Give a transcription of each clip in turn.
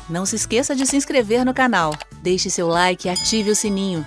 Não se esqueça de se inscrever no canal. Deixe seu like e ative o sininho.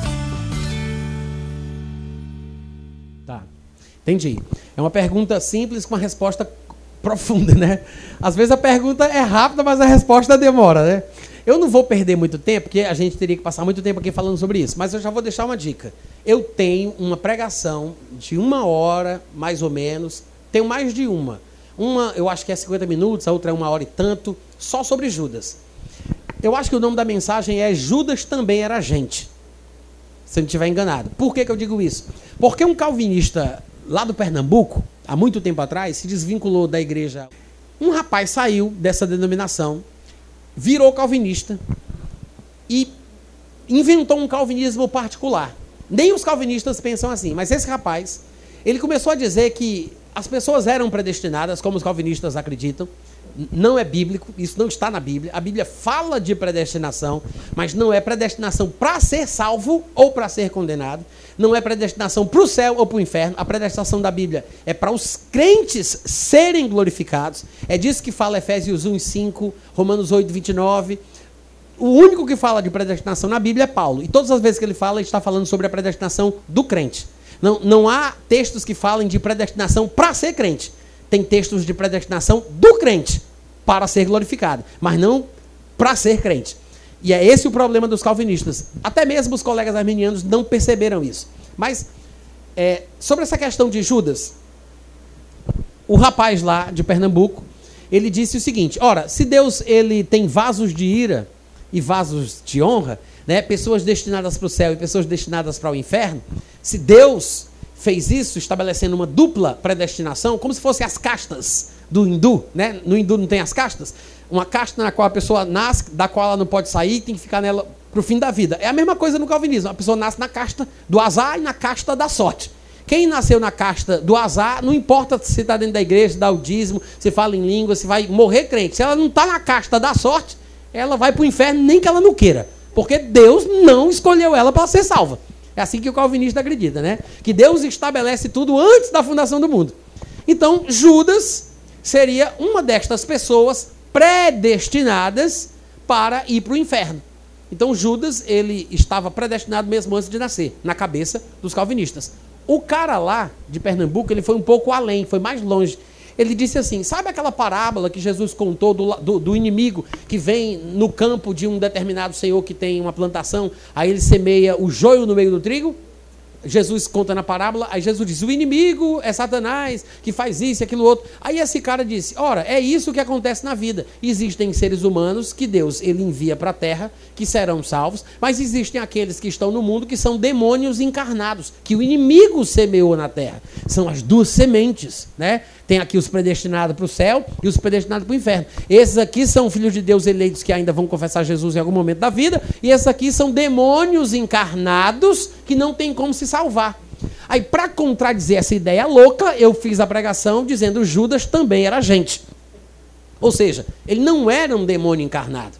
Tá, entendi. É uma pergunta simples com uma resposta profunda, né? Às vezes a pergunta é rápida, mas a resposta demora, né? Eu não vou perder muito tempo, porque a gente teria que passar muito tempo aqui falando sobre isso, mas eu já vou deixar uma dica. Eu tenho uma pregação de 1 hora, mais ou menos, tenho mais de uma. Uma, eu acho que é 50 minutos, a outra é 1 hora e tanto, só sobre Judas. Eu acho que o nome da mensagem é Judas também era gente, se eu não estiver enganado. Por que eu digo isso? Porque um calvinista lá do Pernambuco, há muito tempo atrás, se desvinculou da igreja. Um rapaz saiu dessa denominação, virou calvinista e inventou um calvinismo particular. Nem os calvinistas pensam assim, mas esse rapaz, ele começou a dizer que as pessoas eram predestinadas, como os calvinistas acreditam. Não é bíblico, isso não está na Bíblia. A Bíblia fala de predestinação, mas não é predestinação para ser salvo ou para ser condenado. Não é predestinação para o céu ou para o inferno. A predestinação da Bíblia é para os crentes serem glorificados. É disso que fala Efésios 1:5, Romanos 8:29. O único que fala de predestinação na Bíblia é Paulo. E todas as vezes que ele fala, ele está falando sobre a predestinação do crente. Não há textos que falem de predestinação para ser crente. Tem textos de predestinação do crente para ser glorificado, mas não para ser crente. E é esse o problema dos calvinistas. Até mesmo os colegas arminianos não perceberam isso. Mas, sobre essa questão de Judas, o rapaz lá de Pernambuco, ele disse o seguinte: ora, se Deus ele tem vasos de ira e vasos de honra, né, pessoas destinadas para o céu e pessoas destinadas para o inferno, se Deus fez isso, estabelecendo uma dupla predestinação, como se fossem as castas do hindu, né? No hindu não tem as castas? Uma casta na qual a pessoa nasce, da qual ela não pode sair e tem que ficar nela para o fim da vida. É a mesma coisa no calvinismo. A pessoa nasce na casta do azar e na casta da sorte. Quem nasceu na casta do azar, não importa se está dentro da igreja, dá o dízimo, se fala em língua, se vai morrer crente. Se ela não está na casta da sorte, ela vai para o inferno nem que ela não queira. Porque Deus não escolheu ela para ser salva. É assim que o calvinista acredita, né? Que Deus estabelece tudo antes da fundação do mundo. Então, Judas seria uma destas pessoas predestinadas para ir para o inferno. Então, Judas, ele estava predestinado mesmo antes de nascer, na cabeça dos calvinistas. O cara lá de Pernambuco, ele foi um pouco além, foi mais longe. Ele disse assim, sabe aquela parábola que Jesus contou do inimigo que vem no campo de um determinado senhor que tem uma plantação, aí ele semeia o joio no meio do trigo? Jesus conta na parábola, aí Jesus diz, o inimigo é Satanás, que faz isso e aquilo outro. Aí esse cara disse, ora, é isso que acontece na vida. Existem seres humanos que Deus ele envia para a terra, que serão salvos, mas existem aqueles que estão no mundo que são demônios encarnados, que o inimigo semeou na terra. São as duas sementes, né? Tem aqui os predestinados para o céu e os predestinados para o inferno. Esses aqui são filhos de Deus eleitos que ainda vão confessar Jesus em algum momento da vida, e esses aqui são demônios encarnados que não tem como se salvar. Aí, para contradizer essa ideia louca, eu fiz a pregação dizendo que Judas também era gente. Ou seja, ele não era um demônio encarnado.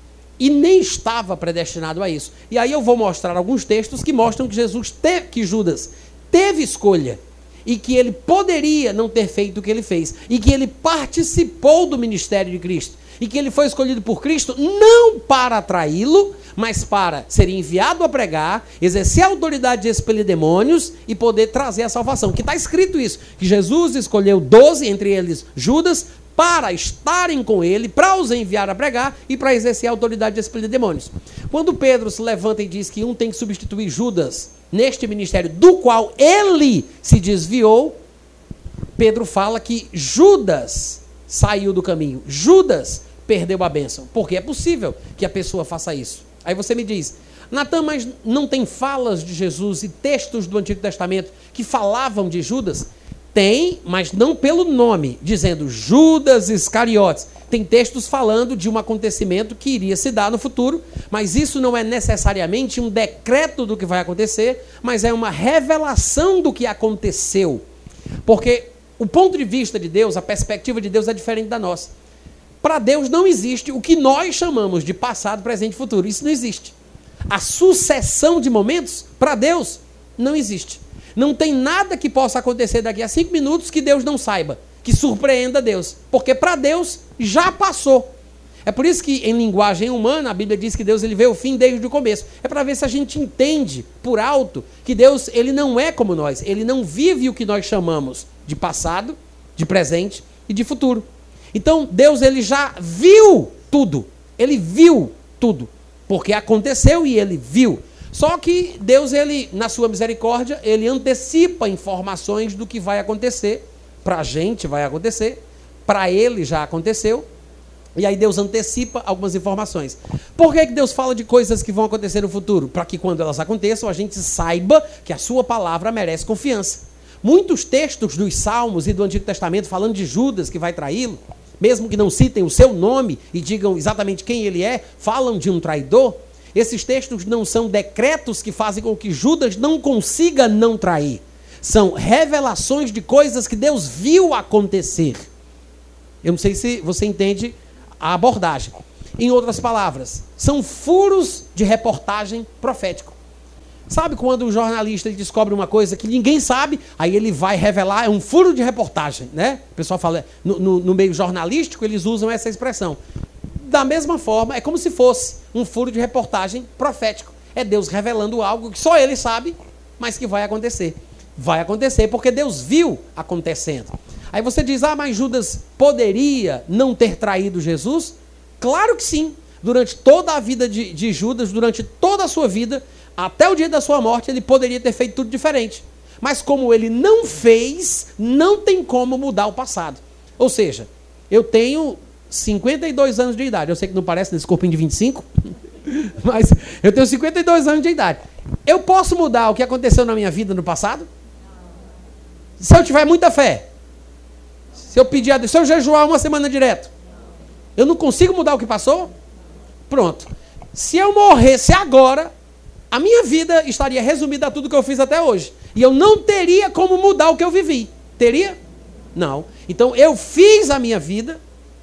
E nem estava predestinado a isso. E aí eu vou mostrar alguns textos que mostram que Judas teve escolha. E que ele poderia não ter feito o que ele fez. E que ele participou do ministério de Cristo. E que ele foi escolhido por Cristo não para atraí-lo, mas para ser enviado a pregar, exercer a autoridade de expelir demônios e poder trazer a salvação. Que está escrito isso, que Jesus escolheu 12, entre eles Judas, para estarem com ele, para os enviar a pregar e para exercer a autoridade de expelir demônios. Quando Pedro se levanta e diz que um tem que substituir Judas neste ministério do qual ele se desviou, Pedro fala que Judas saiu do caminho. Judas perdeu a bênção. Porque é possível que a pessoa faça isso. Aí você me diz, Natan, mas não tem falas de Jesus e textos do Antigo Testamento que falavam de Judas? Tem, mas não pelo nome, dizendo Judas Iscariotes. Tem textos falando de um acontecimento que iria se dar no futuro, mas isso não é necessariamente um decreto do que vai acontecer, mas é uma revelação do que aconteceu. Porque o ponto de vista de Deus, a perspectiva de Deus é diferente da nossa. Para Deus não existe o que nós chamamos de passado, presente e futuro. Isso não existe. A sucessão de momentos, para Deus, não existe. Não tem nada que possa acontecer daqui a 5 minutos que Deus não saiba, que surpreenda Deus. Porque para Deus já passou. É por isso que, em linguagem humana, a Bíblia diz que Deus ele vê o fim desde o começo. É para ver se a gente entende, por alto, que Deus ele não é como nós. Ele não vive o que nós chamamos de passado, de presente e de futuro. Então, Deus ele já viu tudo. Ele viu tudo. Porque aconteceu e ele viu. Só que Deus, ele, na sua misericórdia, ele antecipa informações do que vai acontecer. Para a gente vai acontecer. Para ele já aconteceu. E aí Deus antecipa algumas informações. Por que Deus fala de coisas que vão acontecer no futuro? Para que quando elas aconteçam, a gente saiba que a sua palavra merece confiança. Muitos textos dos Salmos e do Antigo Testamento falando de Judas que vai traí-lo, mesmo que não citem o seu nome e digam exatamente quem ele é, falam de um traidor. Esses textos não são decretos que fazem com que Judas não consiga não trair. São revelações de coisas que Deus viu acontecer. Eu não sei se você entende a abordagem. Em outras palavras, são furos de reportagem profético. Sabe quando o jornalista descobre uma coisa que ninguém sabe, aí ele vai revelar, é um furo de reportagem, né? O pessoal fala, no meio jornalístico eles usam essa expressão. Da mesma forma, é como se fosse um furo de reportagem profético. É Deus revelando algo que só ele sabe, mas que vai acontecer. Vai acontecer porque Deus viu acontecendo. Aí você diz, mas Judas poderia não ter traído Jesus? Claro que sim. Durante toda a vida de Judas, durante toda a sua vida, até o dia da sua morte, ele poderia ter feito tudo diferente. Mas como ele não fez, não tem como mudar o passado. Ou seja, eu tenho 52 anos de idade. Eu sei que não parece nesse corpinho de 25, mas eu tenho 52 anos de idade. Eu posso mudar o que aconteceu na minha vida no passado? Se eu tiver muita fé. Se eu jejuar uma semana direto, eu não consigo mudar o que passou? Pronto. Se eu morresse agora, a minha vida estaria resumida a tudo que eu fiz até hoje. E eu não teria como mudar o que eu vivi. Teria? Não. Então eu fiz a minha vida,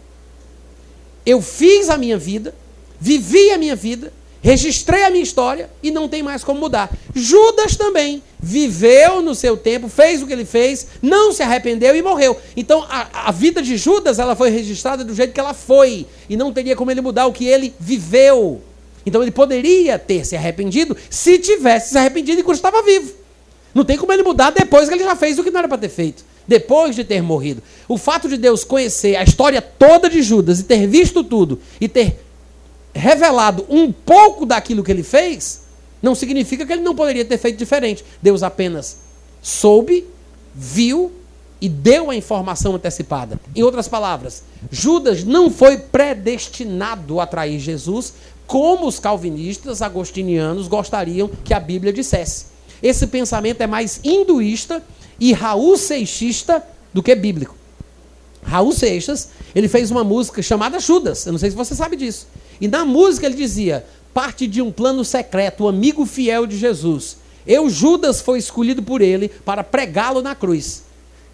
vivi a minha vida, registrei a minha história e não tem mais como mudar. Judas também viveu no seu tempo, fez o que ele fez, não se arrependeu e morreu. Então a vida de Judas ela foi registrada do jeito que ela foi e não teria como ele mudar o que ele viveu. Então ele poderia ter se arrependido se tivesse se arrependido enquanto estava vivo. Não tem como ele mudar depois que ele já fez o que não era para ter feito, depois de ter morrido. O fato de Deus conhecer a história toda de Judas e ter visto tudo e ter revelado um pouco daquilo que ele fez, não significa que ele não poderia ter feito diferente. Deus apenas soube, viu e deu a informação antecipada. Em outras palavras, Judas não foi predestinado a trair Jesus, como os calvinistas agostinianos gostariam que a Bíblia dissesse. Esse pensamento é mais hinduísta e Raul Seixista do que bíblico. Raul Seixas, ele fez uma música chamada Judas, eu não sei se você sabe disso. E na música ele dizia, parte de um plano secreto, o amigo fiel de Jesus. Eu, Judas, fui escolhido por ele para pregá-lo na cruz.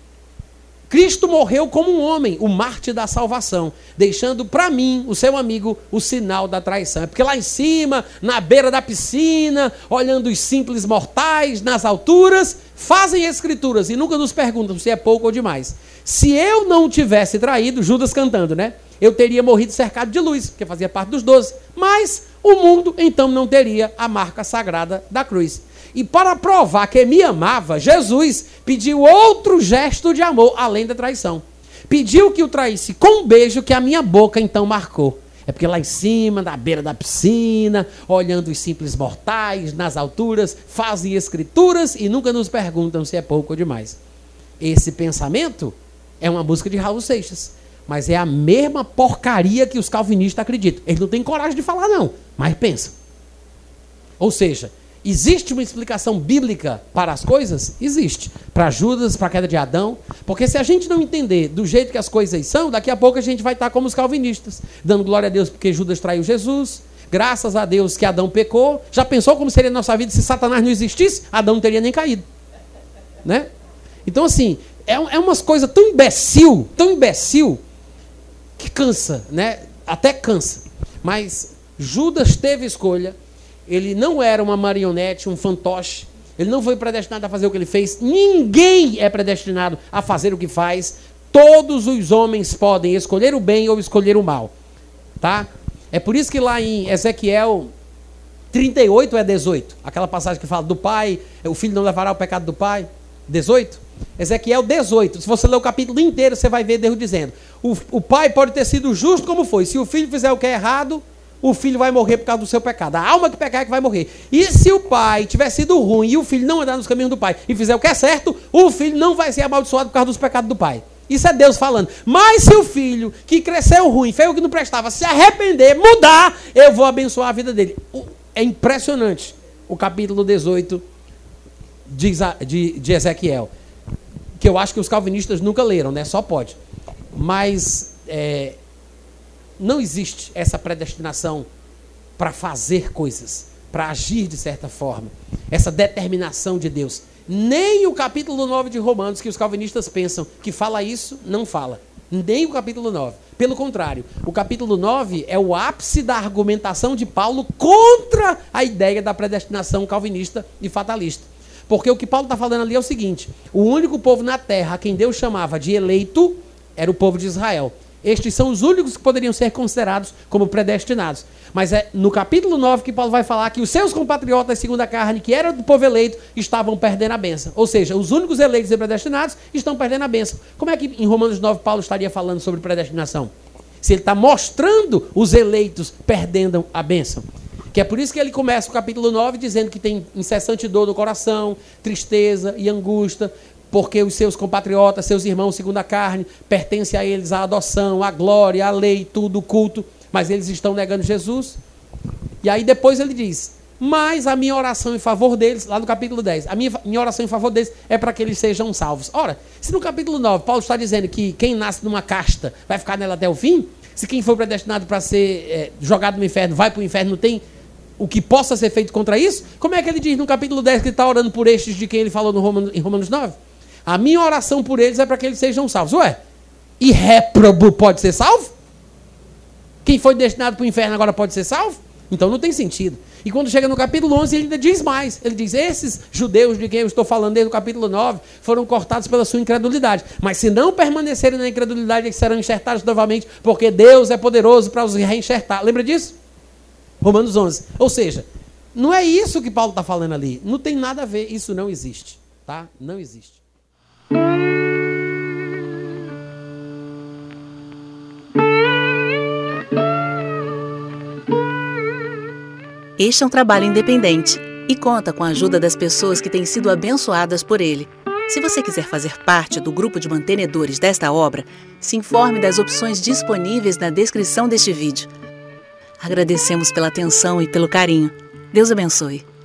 Cristo morreu como um homem, o mártir da salvação, deixando para mim, o seu amigo, o sinal da traição. É porque lá em cima, na beira da piscina, olhando os simples mortais nas alturas, fazem escrituras e nunca nos perguntam se é pouco ou demais. Se eu não tivesse traído, Judas cantando, né? Eu teria morrido cercado de luz, porque fazia parte dos 12. Mas o mundo, então, não teria a marca sagrada da cruz. E para provar que me amava, Jesus pediu outro gesto de amor, além da traição. Pediu que o traísse com um beijo que a minha boca, então, marcou. É porque lá em cima, na beira da piscina, olhando os simples mortais, nas alturas, fazem escrituras e nunca nos perguntam se é pouco ou demais. Esse pensamento é uma música de Raul Seixas. Mas é a mesma porcaria que os calvinistas acreditam. Eles não têm coragem de falar, não, mas pensam. Ou seja, existe uma explicação bíblica para as coisas? Existe. Para Judas, para a queda de Adão. Porque se a gente não entender do jeito que as coisas são, daqui a pouco a gente vai estar como os calvinistas, dando glória a Deus porque Judas traiu Jesus, graças a Deus que Adão pecou. Já pensou como seria a nossa vida se Satanás não existisse? Adão não teria nem caído. Né? Então, assim, é umas coisas tão imbecil, que cansa, né? Até cansa. Mas Judas teve escolha. Ele não era uma marionete, um fantoche. Ele não foi predestinado a fazer o que ele fez. Ninguém é predestinado a fazer o que faz. Todos os homens podem escolher o bem ou escolher o mal. tá? É por isso que lá em Ezequiel 38 é 18, aquela passagem que fala do pai, o filho não levará o pecado do pai, 18. Ezequiel 18, se você ler o capítulo inteiro, você vai ver Deus dizendo, o pai pode ter sido justo como foi, se o filho fizer o que é errado, o filho vai morrer por causa do seu pecado, a alma que pecar é que vai morrer. E se o pai tiver sido ruim e o filho não andar nos caminhos do pai e fizer o que é certo, o filho não vai ser amaldiçoado por causa dos pecados do pai. Isso é Deus falando. Mas se o filho que cresceu ruim, fez o que não prestava, se arrepender, mudar, eu vou abençoar a vida dele. É impressionante o capítulo 18 de Ezequiel, que eu acho que os calvinistas nunca leram, né? Só pode. Mas não existe essa predestinação para fazer coisas, para agir de certa forma. Essa determinação de Deus. Nem o capítulo 9 de Romanos, que os calvinistas pensam que fala isso, não fala. Nem o capítulo 9. Pelo contrário, o capítulo 9 é o ápice da argumentação de Paulo contra a ideia da predestinação calvinista e fatalista. Porque o que Paulo está falando ali é o seguinte, o único povo na terra a quem Deus chamava de eleito era o povo de Israel. Estes são os únicos que poderiam ser considerados como predestinados. Mas é no capítulo 9 que Paulo vai falar que os seus compatriotas segundo a carne, que eram do povo eleito, estavam perdendo a bênção. Ou seja, os únicos eleitos e predestinados estão perdendo a bênção. Como é que em Romanos 9 Paulo estaria falando sobre predestinação? Se ele está mostrando os eleitos perdendo a bênção. Que é por isso que ele começa o capítulo 9 dizendo que tem incessante dor no coração, tristeza e angústia, porque os seus compatriotas, seus irmãos segundo a carne, pertence a eles a adoção, a glória, a lei, tudo, o culto, mas eles estão negando Jesus. E aí depois ele diz, mas a minha oração em favor deles, lá no capítulo 10, a minha oração em favor deles é para que eles sejam salvos. Ora, se no capítulo 9 Paulo está dizendo que quem nasce numa casta vai ficar nela até o fim, se quem foi predestinado para ser jogado no inferno vai para o inferno, não tem o que possa ser feito contra isso, como é que ele diz no capítulo 10 que ele está orando por estes de quem ele falou em Romanos 9? A minha oração por eles é para que eles sejam salvos. Ué, e réprobo pode ser salvo? Quem foi destinado para o inferno agora pode ser salvo? Então não tem sentido. E quando chega no capítulo 11, ele ainda diz mais. Ele diz, esses judeus de quem eu estou falando desde o capítulo 9 foram cortados pela sua incredulidade. Mas se não permanecerem na incredulidade, eles serão enxertados novamente, porque Deus é poderoso para os reenxertar. Lembra disso? Romanos 11. Ou seja, não é isso que Paulo está falando ali. Não tem nada a ver. Isso não existe. Tá? Não existe. Este é um trabalho independente e conta com a ajuda das pessoas que têm sido abençoadas por ele. Se você quiser fazer parte do grupo de mantenedores desta obra, se informe das opções disponíveis na descrição deste vídeo. Agradecemos pela atenção e pelo carinho. Deus abençoe.